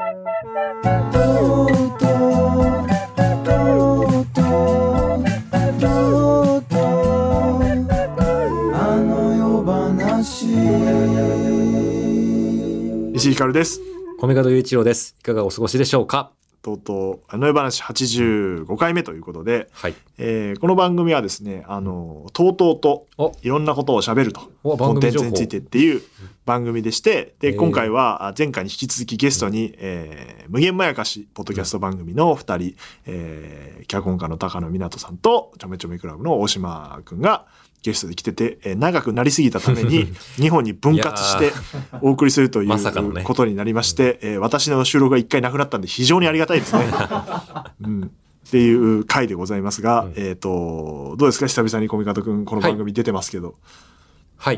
石井ひかるです。 米門雄一郎です。いかがお過ごしでしょうか。 とうとうあの世話85回目ということで、 はい、 この番組はですね、とうとうといろんなことを喋るとコンテンツについてっていう番組でして、で今回は前回に引き続きゲストに、無限まやかしポッドキャスト番組の2人、脚本家の高野湊さんとちょめちょめクラブの大島くんがゲストで来てて、長くなりすぎたために2本に分割してお送りするということになりまして、私の収録が1回なくなったんで非常にありがたいですね、っていう回でございますが、どうですか、久々に小見方くんこの番組出てますけど。 はい、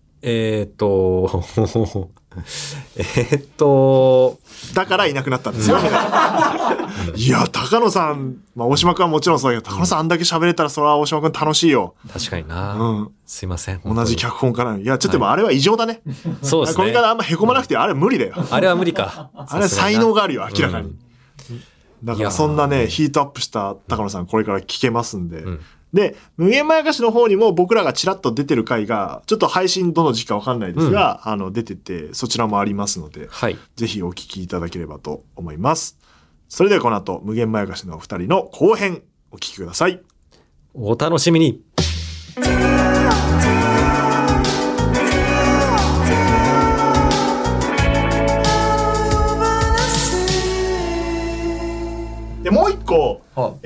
だからいなくなったんですよ。いや、高野さん、大島くんはもちろんそうだけど、高野さんあんだけ喋れたらそれは大島くん楽しいよ。 確かにな、すいません。 同じ脚本家なのに。いや、ちょっとでもあれは異常だね。 そうですね。 小見方あんまへこまなくて、あれは無理だよ。 あれは無理か。 あれは才能があるよ、明らかに。だからそんなね、ヒートアップした高野さんこれから聞けますんで。で、無限まやかしの方にも僕らがちらっと出てる回が、ちょっと配信どの時期かわかんないですが、出てて、そちらもありますので、ぜひお聞きいただければと思います。それではこの後、無限まやかしの2人の後編、お聞きください。 お楽しみに。 で、もう一個、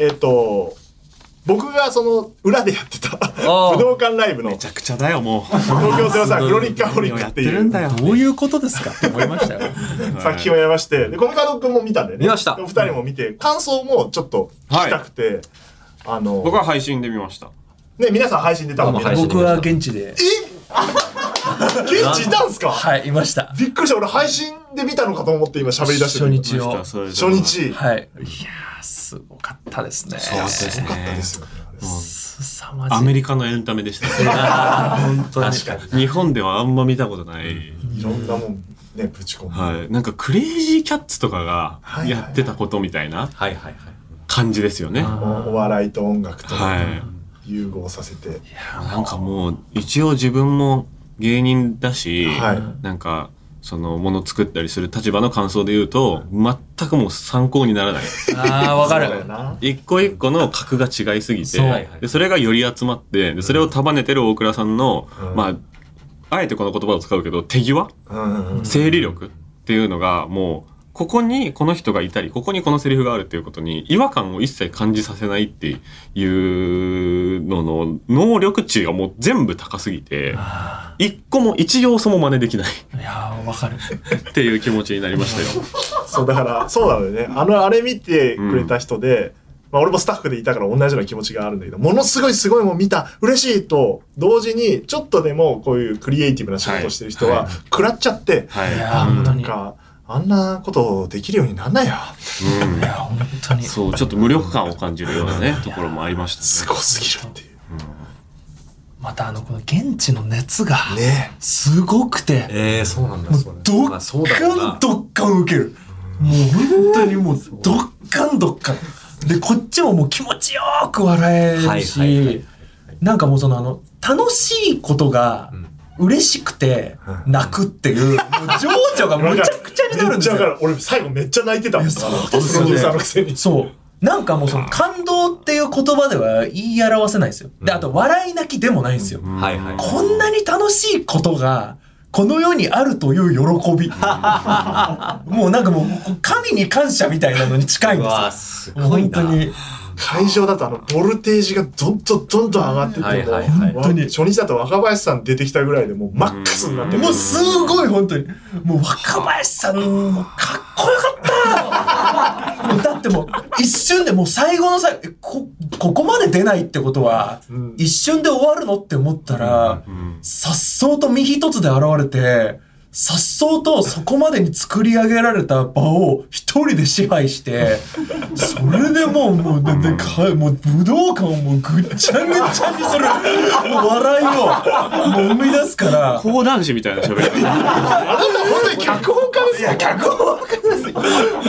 僕がその裏でやってた武道館ライブのめちゃくちゃだよもう東京03フロニッカホリックっていうどういうことですかって思いましたよ作品をやりまして、でコミカド君も見たんでね、 見ました。 お二人も見て感想もちょっと聞きたくて、 僕は配信で見ましたね。皆さん配信で多分僕は現地で。 現地いたんすか？ はい、いました。 びっくりした。俺配信で見たのかと思って今喋り出してる。初日。 はい。いやー、すごかったですね。 そうすごかったですよね。 アメリカのエンタメでしたね。 本当に。 確かに。日本ではあんま見たことない。 いろんなもんね、ぶち込む。 はい。なんかクレイジーキャッツとかがやってたことみたいな感じですよね。 お笑いと音楽と融合させて。 なんかもう一応自分も芸人だし、なんかそのもの作ったりする立場の感想で言うと、全くもう参考にならない。 ああ、わかる。 一個一個の格が違いすぎて、でそれがより集まって、でそれを束ねてる大倉さんの、あえてこの言葉を使うけど手際、整理力っていうのがもうここにこの人がいたり、ここにこのセリフがあるっていうことに違和感を一切感じさせないっていうのの能力値がもう全部高すぎて、一個も一要素も真似できない。 いやー、わかる。 っていう気持ちになりましたよ。 そう、だからそうなのよね。あれ見てくれた人で、俺もスタッフでいたから同じような気持ちがあるんだけど、ものすごいもん見た、嬉しいと同時にちょっとでもこういうクリエイティブな仕事をしてる人は食らっちゃって、なんかあんなことできるようになんないよ。 いや、本当に。 そう、ちょっと無力感を感じるようなね、ところもありました、ね。 すごすぎるっていう。 またこの現地の熱がすごくて、 そうなんだ。 どっかん受ける。もう本当にもうどっかんで、こっちももう気持ちよく笑えるし、なんかもうその楽しいことが嬉しくて泣くっていう、もう情緒がむちゃくちゃになるんですよ。 俺最後めっちゃ泣いてたもん。 そう。なんかもうその感動っていう言葉では言い表せないんですよ。で、あと笑い泣きでもないんですよ。こんなに楽しいことがこの世にあるという喜び。もうなんかもう神に感謝みたいなのに近いんですよ。 すごいな。 本当に。 会場だとボルテージがどんどん上がってて、本当に初日だと若林さん出てきたぐらいでもうマックスになってもうすごい本当にもう若林さんもかっこよかっただってもう一瞬でもう最後のここまで出ないってことは、一瞬で終わるのって思ったら、さっそうと身一つで現れて、さっそうとそこまでに作り上げられた場を一人で支配して、それでもう武道館をもうぐっちゃぐちゃにする笑いをもう生み出すから。 講談師みたいな喋り方。 あなた本当に脚本家ですよ。いや、脚本家ですよ。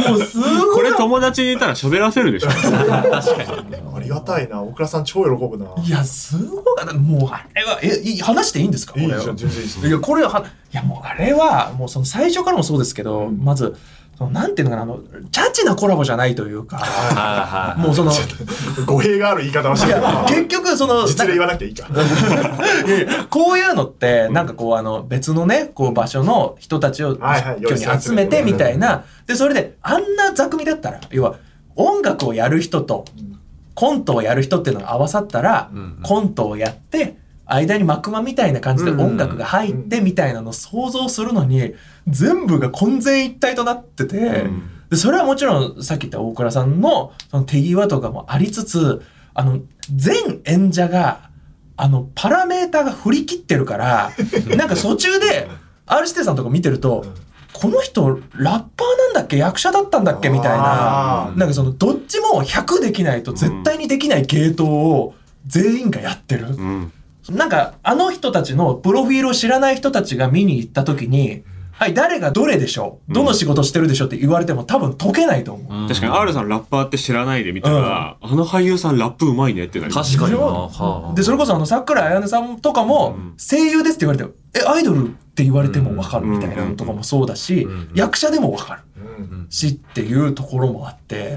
もうすごい。 これ友達にいたら喋らせるでしょ。確かに。ありがたいな。大倉さん超喜ぶな。 いや、すごい。もうあれは、話していいんですか？ いいですよ、全然いいですよ。 いや、これは、いや、もうあれは、もうその最初からもそうですけど、まず、なんていうのかな、チャチなコラボじゃないというか、もうその、 語弊がある言い方をしてる。 結局その、 実例言わなくていいか。 こういうのって、なんかこう別のね、こう場所の人たちを一挙に集めてみたいな、で、それで、あんな座組だったら、要は、音楽をやる人と、コントをやる人っていうのが合わさったら、コントをやって、間に幕間みたいな感じで音楽が入ってみたいなのを想像するのに、全部が混然一体となってて、でそれはもちろんさっき言った大倉さんのその手際とかもありつつ、全演者が、パラメーターが振り切ってるから、なんか途中で、R 指定さんとか見てると、この人ラッパーなんだっけ役者だったんだっけみたいな、なんかそのどっちも100できないと絶対にできない系統を全員がやってる。なんか人たちのプロフィールを知らない人たちが見に行った時に、はい、誰がどれでしょう、どの仕事してるでしょうって言われても多分解けないと思う。 確かに R さんラッパーって知らないで見たら、俳優さんラップうまいねってなります。 確かに。 で、それこそ桜井彩音さんとかも、声優ですって言われても、アイドルって言われても分かるみたいなのとかもそうだし、役者でも分かるしっていうところもあって、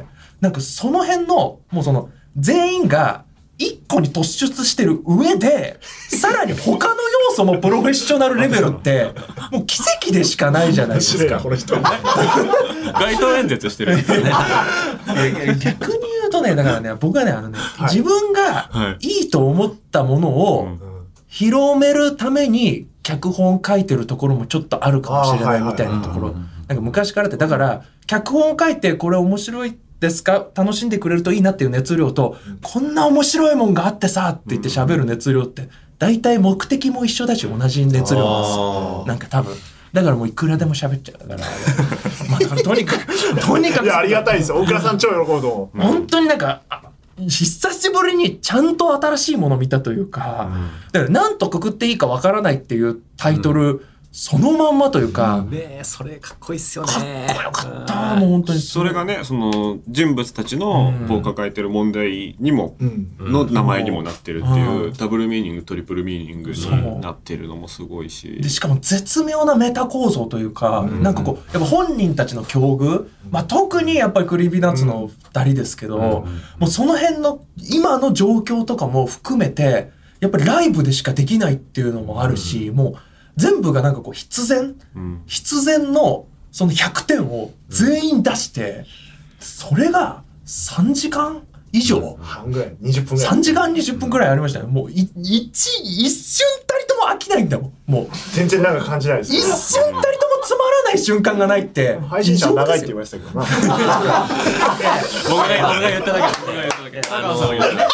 なんかその辺の、もうその、全員が、一個に突出してる上で、さらに他の要素もプロフェッショナルレベルって、もう奇跡でしかないじゃないですか。 この人。 街頭演説してる。 逆に言うとね、だからね、僕はね、自分がいいと思ったものを広めるために脚本書いてるところもちょっとあるかもしれないみたいなところ。なんか昔からって、だから、脚本を書いてこれ面白いですか、楽しんでくれるといいなっていう熱量と、こんな面白いもんがあってさって言って喋る熱量って大体目的も一緒だし同じ熱量なんですよ。なんか多分だからもういくらでも喋っちゃうからまあだからとにかくいやありがたいですよ。大倉さん超喜ぶと思う。 本当になんか久しぶりにちゃんと新しいものを見たというか、だから何とくくっていいかわからないっていうタイトル、そのまんまというか、 それかっこいいっすよね。 かっこよかった。もう本当にそれがね、その人物たちのこう抱えてる問題にも、の名前にもなってるっていう、ダブルミーニングトリプルミーニングになってるのもすごいし、 でしかも絶妙なメタ構造というか、なんかこうやっぱ本人たちの境遇、まあ特にやっぱりクリーピーナッツの2人ですけど、もうその辺の今の状況とかも含めてやっぱりライブでしかできないっていうのもあるし、もう全部がなんかこう必然のその100点を全員出して、それが3時間以上、 半ぐらい、20分ぐらい。 3時間20分ぐらいありましたね。もう一瞬たりとも飽きないんだもん。もう全然なんか感じないです。 一瞬たりともつまらない瞬間がないって。 配信者長いって言われてたけどな。 僕が言っただけ。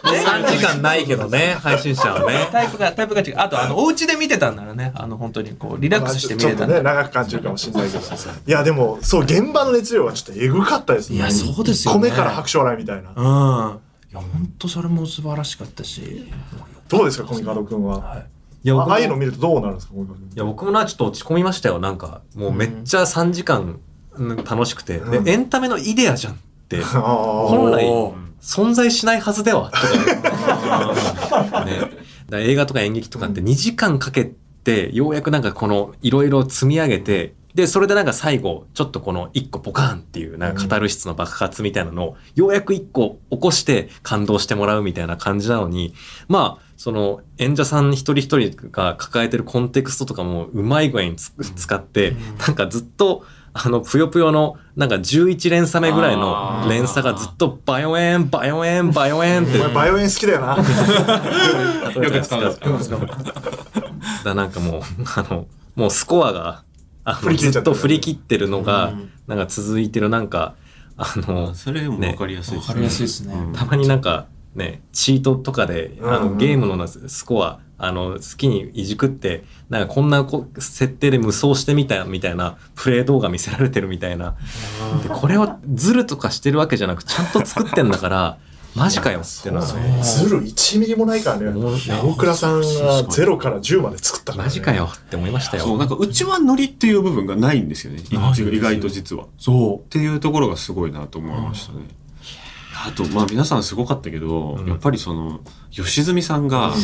3時間ないけどね、配信者はね。 タイプが違う。あとお家で見てたんならね、本当にこうリラックスして見れたんだ。 ちょっとね長く感じるかもしれないけど。いやでもそう現場の熱量はちょっとエグかったですね。 いやそうですよね。 米から拍手笑いみたいな。 いや本当それも素晴らしかったし。 どうですかコミカド君は。いやああいうの見るとどうなるんですか。いや僕もちょっと落ち込みましたよ。なんかもうめっちゃ3時間楽しくて、でエンタメのイデアじゃんって本来存在しないはずではとかね。だ映画とか演劇とかって2時間かけてようやくなんかこのいろいろ積み上げて、でそれでなんか最後ちょっとこの1個ポカーンっていうなんかカタルシスの爆発みたいなのをようやく1個起こして感動してもらうみたいな感じなのに、まあその演者さん一人一人が抱えてるコンテクストとかもうまい具合に使って、なんかずっとぷよぷよのなんか11連鎖目ぐらいの連鎖がずっとバイオエンバイオエンバイオエンって。 バイオエン好きだよな。 よく使うんですか。なんかもうもうスコアがずっと振り切ってるのがなんか続いてる、なんかそれも分かりやすいですね。 分かりやすいですね。 たまになんかねチートとかでゲームのスコア好きにいじくってなんかこんな設定で無双してみたみたいなプレイ動画見せられてるみたいな。でこれをズルとかしてるわけじゃなくちゃんと作ってんだからマジかよってのはね。 ズル1ミリもないからね。大倉さんが0から10まで作ったから、ね。 マジかよって思いましたよ。 そう、なんかうちはノリっていう部分がないんですよね。意外と実は。 そう。 っていうところがすごいなと思いましたね。あと、まあ皆さんすごかったけど、やっぱりその、吉住さんが、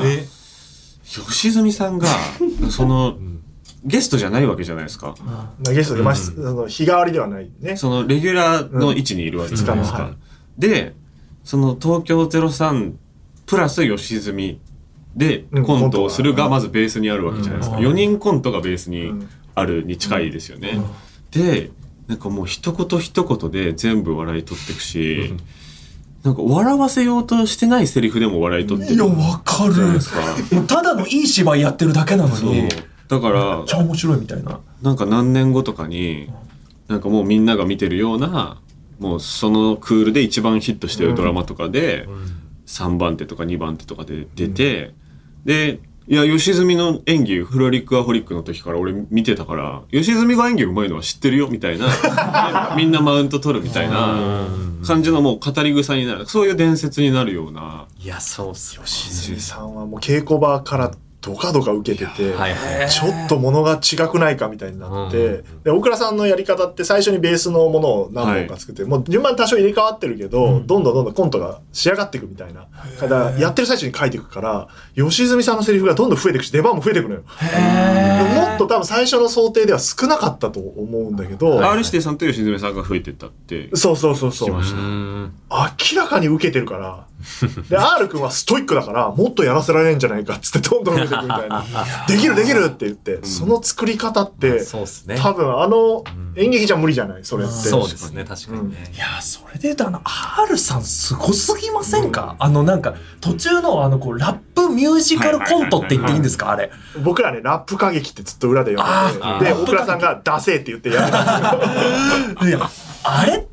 その、ゲストじゃないわけじゃないですか。 ゲストで、まあ、日替わりではないね。 その、レギュラーの位置にいるわけじゃないですか。で、その、東京03プラス吉住でコントをするがまずベースにあるわけじゃないですか。4人コントがベースにあるに近いですよね。で、なんかもう一言一言で全部笑い取っていくし、なんか笑わせようとしてないセリフでも笑い取ってる。 いや、わかる。もうただのいい芝居やってるだけなのに。 だから、 めっちゃ面白いみたいな。 なんか何年後とかに、なんかもうみんなが見てるような、もうそのクールで一番ヒットしてるドラマとかで、3番手とか2番手とかで出て、で、いや、吉住の演技、フロリックアホリックの時から俺見てたから、吉住が演技上手いのは知ってるよ、みたいな。みんなマウント取るみたいな感じのもう語り草になる。そういう伝説になるような。 いや、そうっすよ。 吉住さんはもう稽古場からドカドカ受けてて、ちょっと物が違くないかみたいになって、で、大倉さんのやり方って最初にベースのものを何本か作って、もう順番多少入れ替わってるけど、どんどんコントが仕上がっていくみたいな。だからやってる最中に書いていくから、吉住さんのセリフがどんどん増えていくし、出番も増えていくのよ。もっと多分最初の想定では少なかったと思うんだけど、 R 指定さんと吉住さんが増えてったって。 そう。 聞きました。 明らかに受けてるから、で、R 君はストイックだから、もっとやらせられんじゃないかっつってどんどん受けていくみたいな。できるって言って、その作り方って、多分演劇じゃ無理じゃないそれって。 そうですね、確かにね。 いや、それで言うとR さんすごすぎませんか？なんか、途中のこう、ラップミュージカルコントって言っていいんですかあれ。 僕らね、ラップ歌劇ってずっと裏で読んでて、で、大倉さんがダセーって言ってやるんですよ。 いや、あれって、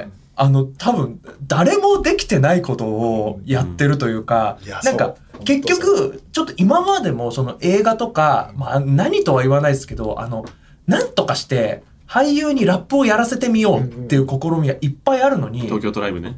多分、誰もできてないことをやってるというか、なんか、結局、ちょっと今までもその映画とか、まあ何とは言わないですけど、なんとかして俳優にラップをやらせてみようっていう試みがいっぱいあるのに。 東京トライブね。 い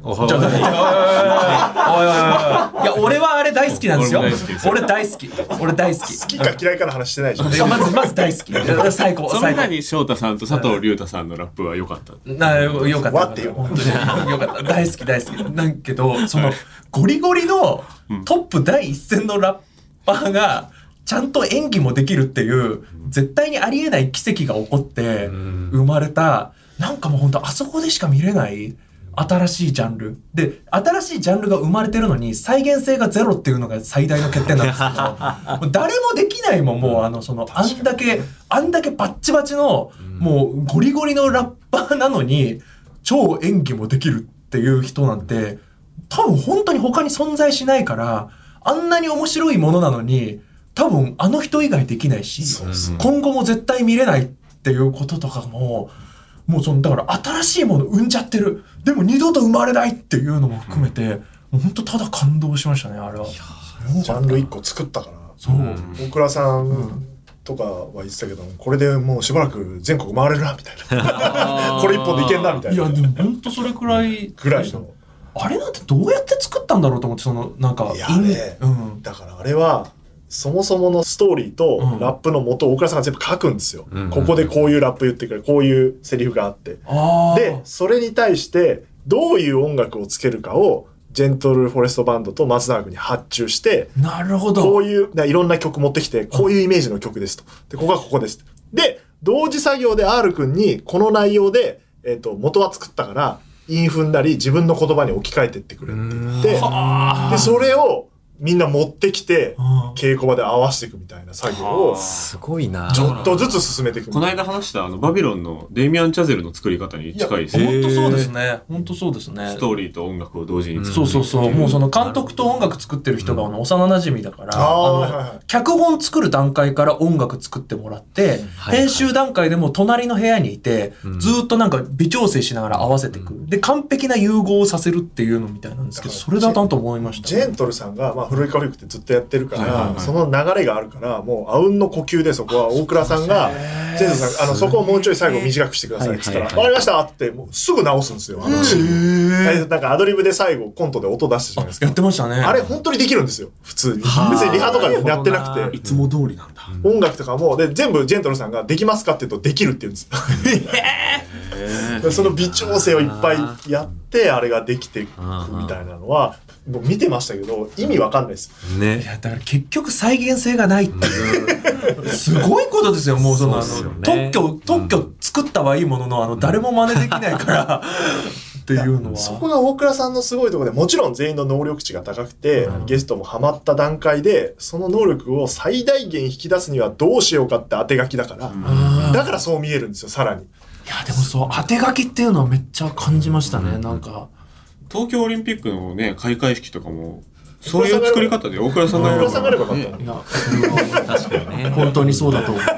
や、俺はあれ大好きなんですよ。俺大好き。 好きか嫌いかの話してないじゃん。 まず大好き。最高。 その中に翔太さんと佐藤隆太さんのラップは良かった。 良かった。本当に良かった。大好き。だけど、ゴリゴリのトップ第一線のラッパーが、ちゃんと演技もできるっていう、絶対にありえない奇跡が起こって生まれた、なんかもう本当あそこでしか見れない新しいジャンル。で、新しいジャンルが生まれてるのに再現性がゼロっていうのが最大の欠点なんですけど、誰もできないもん、もうあんだけバッチバチの、もうゴリゴリのラッパーなのに、超演技もできるっていう人なんて、多分本当に他に存在しないから、あんなに面白いものなのに、多分あの人以外できないし、今後も絶対見れないっていうこととかもうだから新しいもの生んじゃってる。でも二度と生まれないっていうのも含めて、もう本当ただ感動しましたね、あれは。ジャンル一個作ったから。大倉さんとかは言ってたけど、これでもうしばらく全国回れるなみたいな。これ一本でいけんなみたいな。 いやでも本当それくらいの。あれなんてどうやって作ったんだろうと思って、なんか。 いやね、だからあれは、そもそものストーリーとラップの元を大倉さんが全部書くんですよ。ここでこういうラップ言ってくれ、こういうセリフがあって。で、それに対してどういう音楽をつけるかをジェントルフォレストバンドと松永君に発注して、 なるほど。 こういういろんな曲持ってきて、こういうイメージの曲ですと。で、ここがここです。で、同時作業で R 君にこの内容で、元は作ったから、韻踏んだり自分の言葉に置き換えてってくれって言って、で、それをみんな持ってきて、稽古場で合わせていくみたいな作業を、 すごいな。 ちょっとずつ進めていく。 この間話したバビロンのデイミアン・チャゼルの作り方に近いですね。 本当そうですね。本当そうですね。 ストーリーと音楽を同時に作る。そう。もうその監督と音楽作ってる人が幼馴染だから、脚本作る段階から音楽作ってもらって、編集段階でも隣の部屋にいて、ずっとなんか微調整しながら合わせていく。で、完璧な融合をさせるっていうのみたいなんですけど、それだと思いました。 ジェントルさんが、 フロイカフリックってずっとやってるから、その流れがあるからもうあうんの呼吸でそこは大倉さんがジェントさんそこをもうちょい最後短くしてくださいって言ったら、分かりましたってもうすぐ直すんですよ。なんかアドリブで最後コントで音出したじゃないですか。 やってましたね。 あれ本当にできるんですよ普通に。別にリハとかでやってなくて、 いつも通りなんだ。 音楽とかもで全部ジェントルさんができますかって言うとできるって言うんですよ。その微調整をいっぱいやってあれができていくみたいなのはもう見てましたけど意味わかんないですね。 いやだから結局再現性がないっていうすごいことですよ。もうその特許作ったはいいものの誰も真似できないからっていうのはそこが大倉さんのすごいところでもちろん全員の能力値が高くて、ゲストもハマった段階でその能力を最大限引き出すにはどうしようかって当て書きだから、だからそう見えるんですよさらに。 いやでもそう当て書きっていうのはめっちゃ感じましたね。なんか東京オリンピックのね開会式とかもそういう作り方で大倉さんがやればよかった。いや確かにね。 本当にそうだと思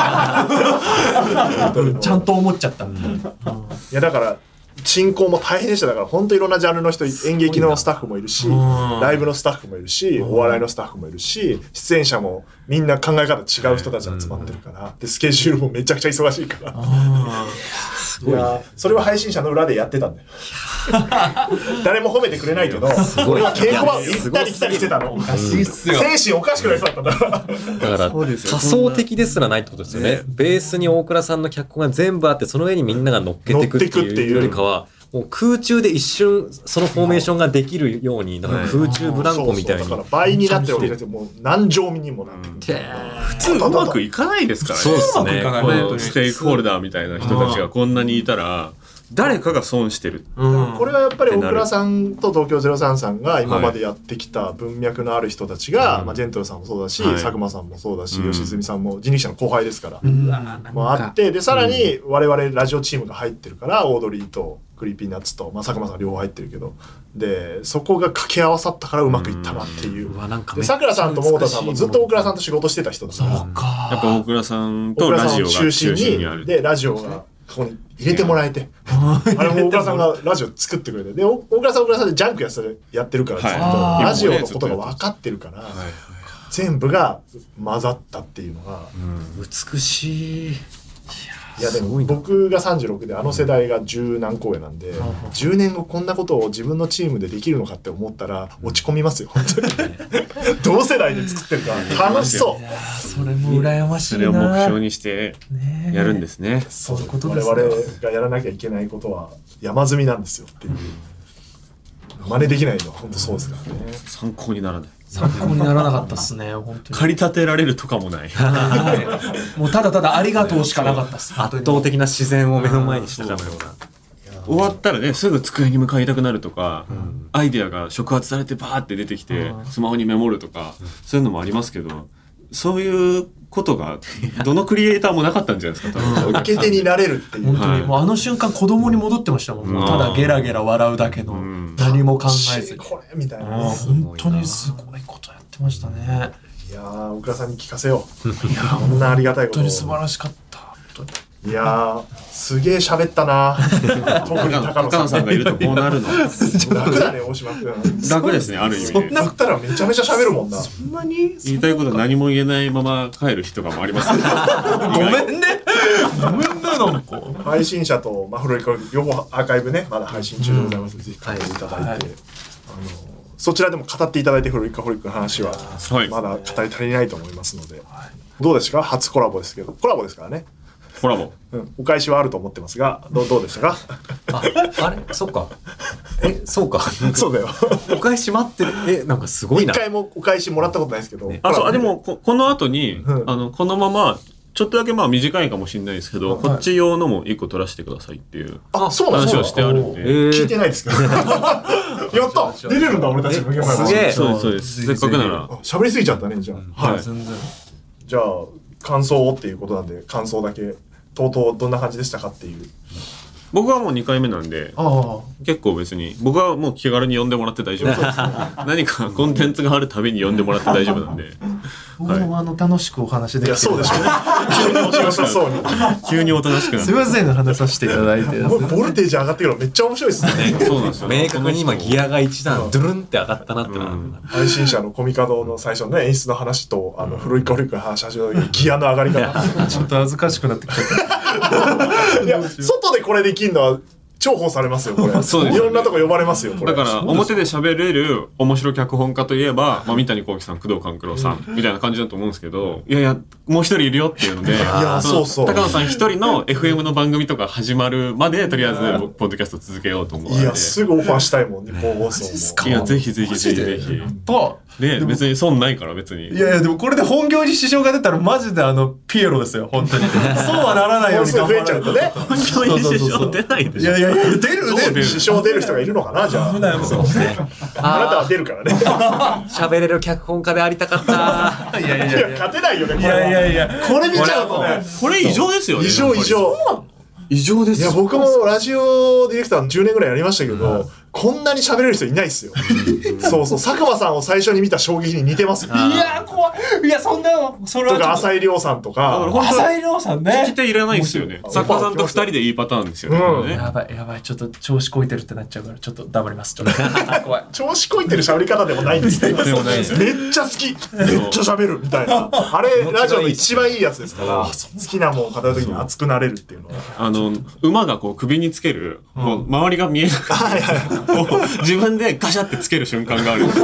う。ちゃんと思っちゃった。いやだから進行も大変でした。だから本当いろんなジャンルの人、演劇のスタッフもいるし、ライブのスタッフもいるし、お笑いのスタッフもいるし、出演者もみんな考え方違う人たちが集まってるから、でスケジュールもめちゃくちゃ忙しいから。いやそれは配信者の裏でやってたんだよ。誰も褒めてくれないけど、俺は稽古場を行ったり来たりしてたの。精神おかしくなりそうだったんだ。 だから仮想的ですらないってことですよね。ベースに大倉さんの脚本が全部あって、その上にみんなが乗っけていくっていうよりかは、もう空中で一瞬そのフォーメーションができるように、だから空中ブランコみたいに。 だから倍になってるわけですよ。もう何乗にもなってる。 普通うまくいかないですからね。 そうですね。 ステークホルダーみたいな人たちがこんなにいたら、誰かが損してる。 これはやっぱり大倉さんと東京03さんが今までやってきた文脈のある人たちが、ジェントルさんもそうだし、佐久間さんもそうだし、吉住さんも人力車の後輩ですから、もあって、でさらに我々ラジオチームが入ってるから、オードリーとクリーピーナッツと、佐久間さん両方入ってるけど、でそこが掛け合わさったからうまくいったなっていう。でさくらさんと桃田さんもずっと大倉さんと仕事してた人だから、 やっぱ大倉さんとラジオが中心にある。 でラジオがここに入れてもらえて、あれも大倉さんがラジオ作ってくれて、で大倉さんでジャンクやってるからずっとラジオのことが分かってるから、全部が混ざったっていうのが美しい。 いやでも僕が36であの世代が10何公演なんで、10年後こんなことを自分のチームでできるのかって思ったら落ち込みますよ本当に。同世代で作ってるから楽しそう。 それも羨ましいな。 それを目標にしてやるんですね。 そういうことです。 我々がやらなきゃいけないことは山積みなんですよっていう。真似できないのは本当そうですからね。 参考にならない。 参考にならなかったですね本当に。 駆り立てられるとかもない。 もうただただありがとうしかなかったです。 圧倒的な自然を目の前にしたかのような。 終わったらねすぐ机に向かいたくなるとか、アイデアが触発されてバーって出てきて、スマホにメモるとか、そういうのもありますけど、そういうことがどのクリエイターもなかったんじゃないですか。 受け手になれるっていう。 本当にもうあの瞬間子供に戻ってましたもん。ただゲラゲラ笑うだけの、何も考えずに。 これみたいな。 本当にすごいことやってましたね。 いやー大倉さんに聞かせよう。いやこんなありがたいこと。 本当に素晴らしかった。 いやーすげえ喋ったな。特に高野さんがいるとこうなるの。 楽だね大島君。 楽ですねある意味で。 だったらめちゃめちゃ喋るもんな。 そんなに言いたいこと何も言えないまま帰る日とかもありますね。 ごめんね。ごめんねなんか。 配信者とフロイカ両方アーカイブねまだ配信中でございます。ぜひ買っていただいて、そちらでも語っていただいてフロイカホリックの話はまだ語り足りないと思いますので、どうですか初コラボですけどコラボですからね。 コラボ、 お返しはあると思ってますがどうでしたか。 あれそっかそうかそうだよ。 お返し待ってる。なんかすごいな。 一回もお返しもらったことないですけど、 そうでもこの後に、このままちょっとだけ短いかもしれないですけど、こっち用のも1個取らせてくださいっていう話をしてあるんで、 聞いてないですけど。やった出れるんだ俺たち。 すげえ。 そうですせっかくなら喋りすぎちゃったねじゃあ。 はい全然。 じゃあ感想をっていうことなんで感想だけとうとうどんな感じでしたかっていう。 僕はもう2回目なんで結構別に僕はもう気軽に呼んでもらって大丈夫です。何かコンテンツがあるたびに呼んでもらって大丈夫なんで僕も楽しくお話できて、 そうでしょうね。急に面白そうに。 急におとなしくなる。 すいません話させていただいて。 ボルテージ上がってくるのめっちゃ面白いですね。 そうなんですよ。明確に今ギアが一段ドゥルンって上がったなってな。 配信者のコミカドの最初のね演出の話と古いコリックの話し始めた時ギアの上がり方。 ちょっと恥ずかしくなってきちゃった。 いや外でこれできんのは重宝されますよこれ。 そうです、 いろんなとこ呼ばれますよこれ。 だから表で喋れる面白脚本家といえば、三谷幸喜さん、工藤官九郎さんみたいな感じだと思うんですけど、いやいやもう一人いるよっていうので、そう高野さん一人の FM の番組とか始まるまでとりあえずポッドキャスト続けようと思うので。 いやすぐオファーしたいもん日本放送も。 いやぜひぜひぜひぜひ。で別に損ないから別に。 いやいやでもこれで本業に支障が出たらマジでピエロですよ本当に。そうはならないように頑張らないとね。 本業に支障出ないでしょ。 いやいやいや出る支障出る人がいるのかなじゃあ。 危ないもん。 あなたは出るからね。 喋れる脚本家でありたかった。 いやいやいや勝てないよね。 いやいやいやこれ見ちゃうとね。 これ異常ですよね。 異常です。いや僕もラジオディレクター10年ぐらいやりましたけど、こんなに喋れる人いないですよ。そうそう佐久間さんを最初に見た衝撃に似てますよ。 いや怖い。いやそんなのそれは。 とか浅井亮さんとか。 浅井亮さんね。 聞き手いらないですよね。佐久間さんと2人でいいパターンですよね。 やばいやばいちょっと調子こいてるってなっちゃうからちょっと黙ります。ちょっと怖い。 調子こいてる喋り方でもないんですよ。めっちゃ好き。めっちゃ喋るみたいな。あれラジオの一番いいやつですから。好きなもんを語る時に熱くなれるっていうのは。 馬がこう首につける周りが見えなくて自分でガシャってつける瞬間がある。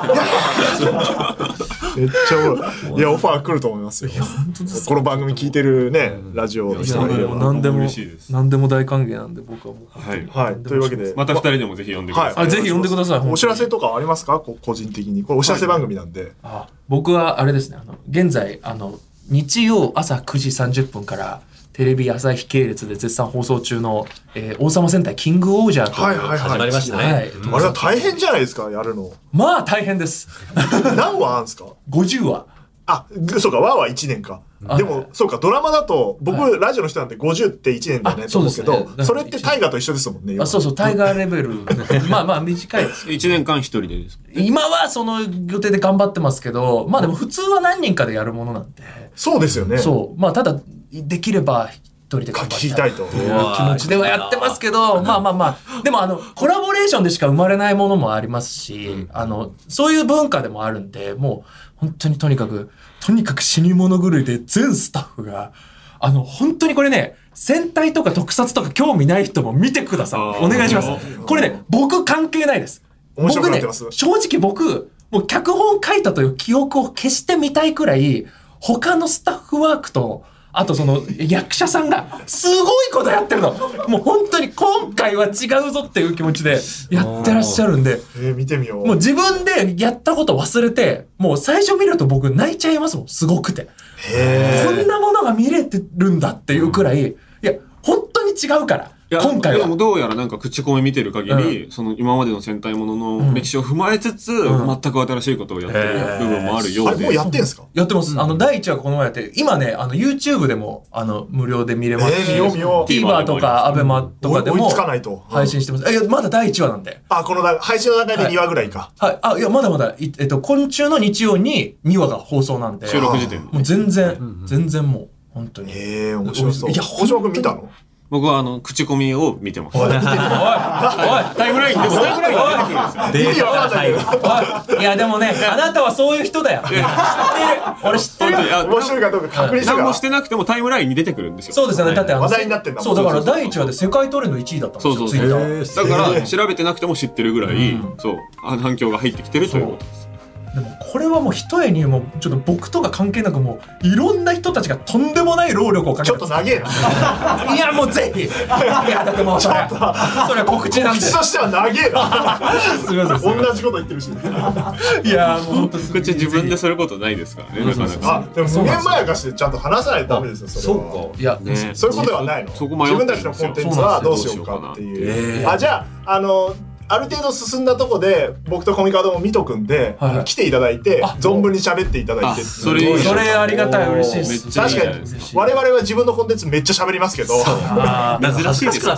めっちゃおもろい。いやオファー来ると思いますよ。この番組聞いてるねラジオの人がいれば何でも大歓迎なんで僕はもうはいというわけでまた2人でもぜひ呼んでください。 ぜひ呼んでください。 お知らせとかありますか個人的に。これお知らせ番組なんで。 僕はあれですね現在日曜朝9時30分からテレビ朝日系列で絶賛放送中の、王様戦隊キングオージャーと始まりましたね。 あれは大変じゃないですかやるの。 まあ大変です。 何話あるんですか ？50話。 あ、そうか、は1年か。でも、そうか、ドラマだと、僕、ラジオの人なんて50って1年だねと思うけど、それって大河と一緒ですもんね。 そうそう、大河レベル。まあまあ短いです。 1年間一人でです。 今はその予定で頑張ってますけど、まあでも普通は何人かでやるものなんで。 そうですよね。 そう。まあただ、できれば一人で頑張りたいという気持ちではやってますけど、まあまあまあ、でもコラボレーションでしか生まれないものもありますし、そういう文化でもあるんで、もう本当にとにかく死に物狂いで全スタッフが、本当にこれね、戦隊とか特撮とか興味ない人も見てください。お願いします。これね、僕関係ないです。僕ね、正直僕、もう脚本書いたという記憶を消してみたいくらい、他のスタッフワークと、あとその役者さんがすごいことやってるの。もう本当に今回は違うぞっていう気持ちでやってらっしゃるんで。 見てみよう。 もう自分でやったこと忘れて、もう最初見ると僕泣いちゃいますもん。すごくて。こんなものが見れてるんだっていうくらい、いや、本当に違うから。今回は。 でもどうやらなんか口コミ見てる限り、その今までの戦隊ものの歴史を踏まえつつ、全く新しいことをやってる部分もあるようで。 もうやってんすか？ やってます。第1話この前やって、今ね、YouTube でも、無料で見れますし、TVer とか ABEMA とかでも配信してます。いや、まだ第1話なんで。 この配信の中で2話ぐらいか。 はい。いや、まだまだ、今週の日曜に2話が放送なんで。 収録時点。 もう全然もう、本当に。 面白そう。いや、大島君見たの？ 僕は口コミを見てます。 おい、 タイムラインでもタイムラインが出てくるんですよ。 データが入る。 いやでもね、あなたはそういう人だよ。知ってる。俺知ってる。 面白いかどうか確認して何もしてなくてもタイムラインに出てくるんですよ。 そうですよね。だって話題になってんだもん。 そうだから第1話で世界トレンド1位だったんですよ。 そう。だから調べてなくても知ってるぐらい、そう反響が入ってきてるということです。 でもこれはもう一重にもうちょっと僕とか関係なくもういろんな人たちがとんでもない労力をかけてちょっと長えな。 いやもうぜひ。いやだってもうそれは告知なんで。 告知としては長えな。すみません。同じこと言ってるし。 いやもう本当告知自分ですることないですからね。なかなか。 でも無限まやかしでちゃんと話さないとダメですよ。 そうか。いやそういうことではないの。自分たちのコンテンツはどうしようかっていう。じゃあある程度進んだとこで僕とコミカドも見とくんで、来ていただいて存分に喋っていただいて、 それありがたい、嬉しいです。 確かに我々は自分のコンテンツめっちゃ喋りますけど、 珍しいですよ。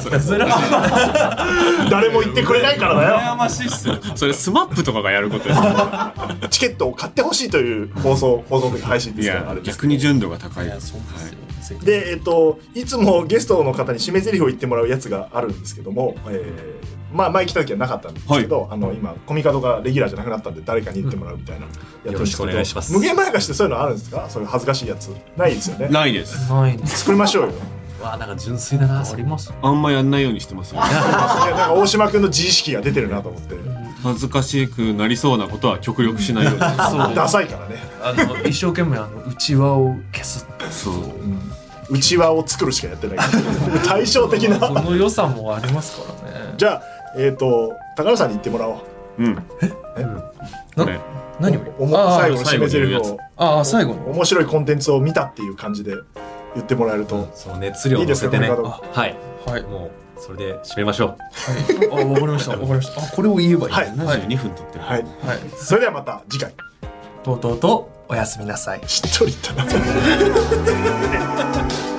誰も言ってくれないからだよ。 羨ましいっすよ。 それスマップとかがやることです。 チケットを買ってほしいという放送的配信ですから。 逆に純度が高い。 でいつもゲストの方に締め台詞を言ってもらうやつがあるんですけども、まあ前来た時はなかったんですけど、今コミカドがレギュラーじゃなくなったんで誰かに言ってもらうみたいなやってるんですけど、よろしくお願いします。無限まやかしってそういうのあるんですか？そういう恥ずかしいやつないですよね。 ないです。 作りましょうよ。 わあ、なんか純粋だな。あります。 あんまやんないようにしてますよ。 なんか大島君の自意識が出てるなと思って。 恥ずかしくなりそうなことは極力しないように。 ダサいからね。 一生懸命内輪を消す。 そう。 内輪を作るしかやってない対照的なその良さもありますからね。 じゃあ高野さんに言ってもらおう。 何を最後の締め台詞を最後の面白いコンテンツを見たっていう感じで言ってもらえると、 そう熱量を乗せてね。はいもうそれで締めましょう。わかりました。これを言えばいい。 72分撮ってる。 それではまた次回。 とうとうとおやすみなさい。 しっとり言ったな。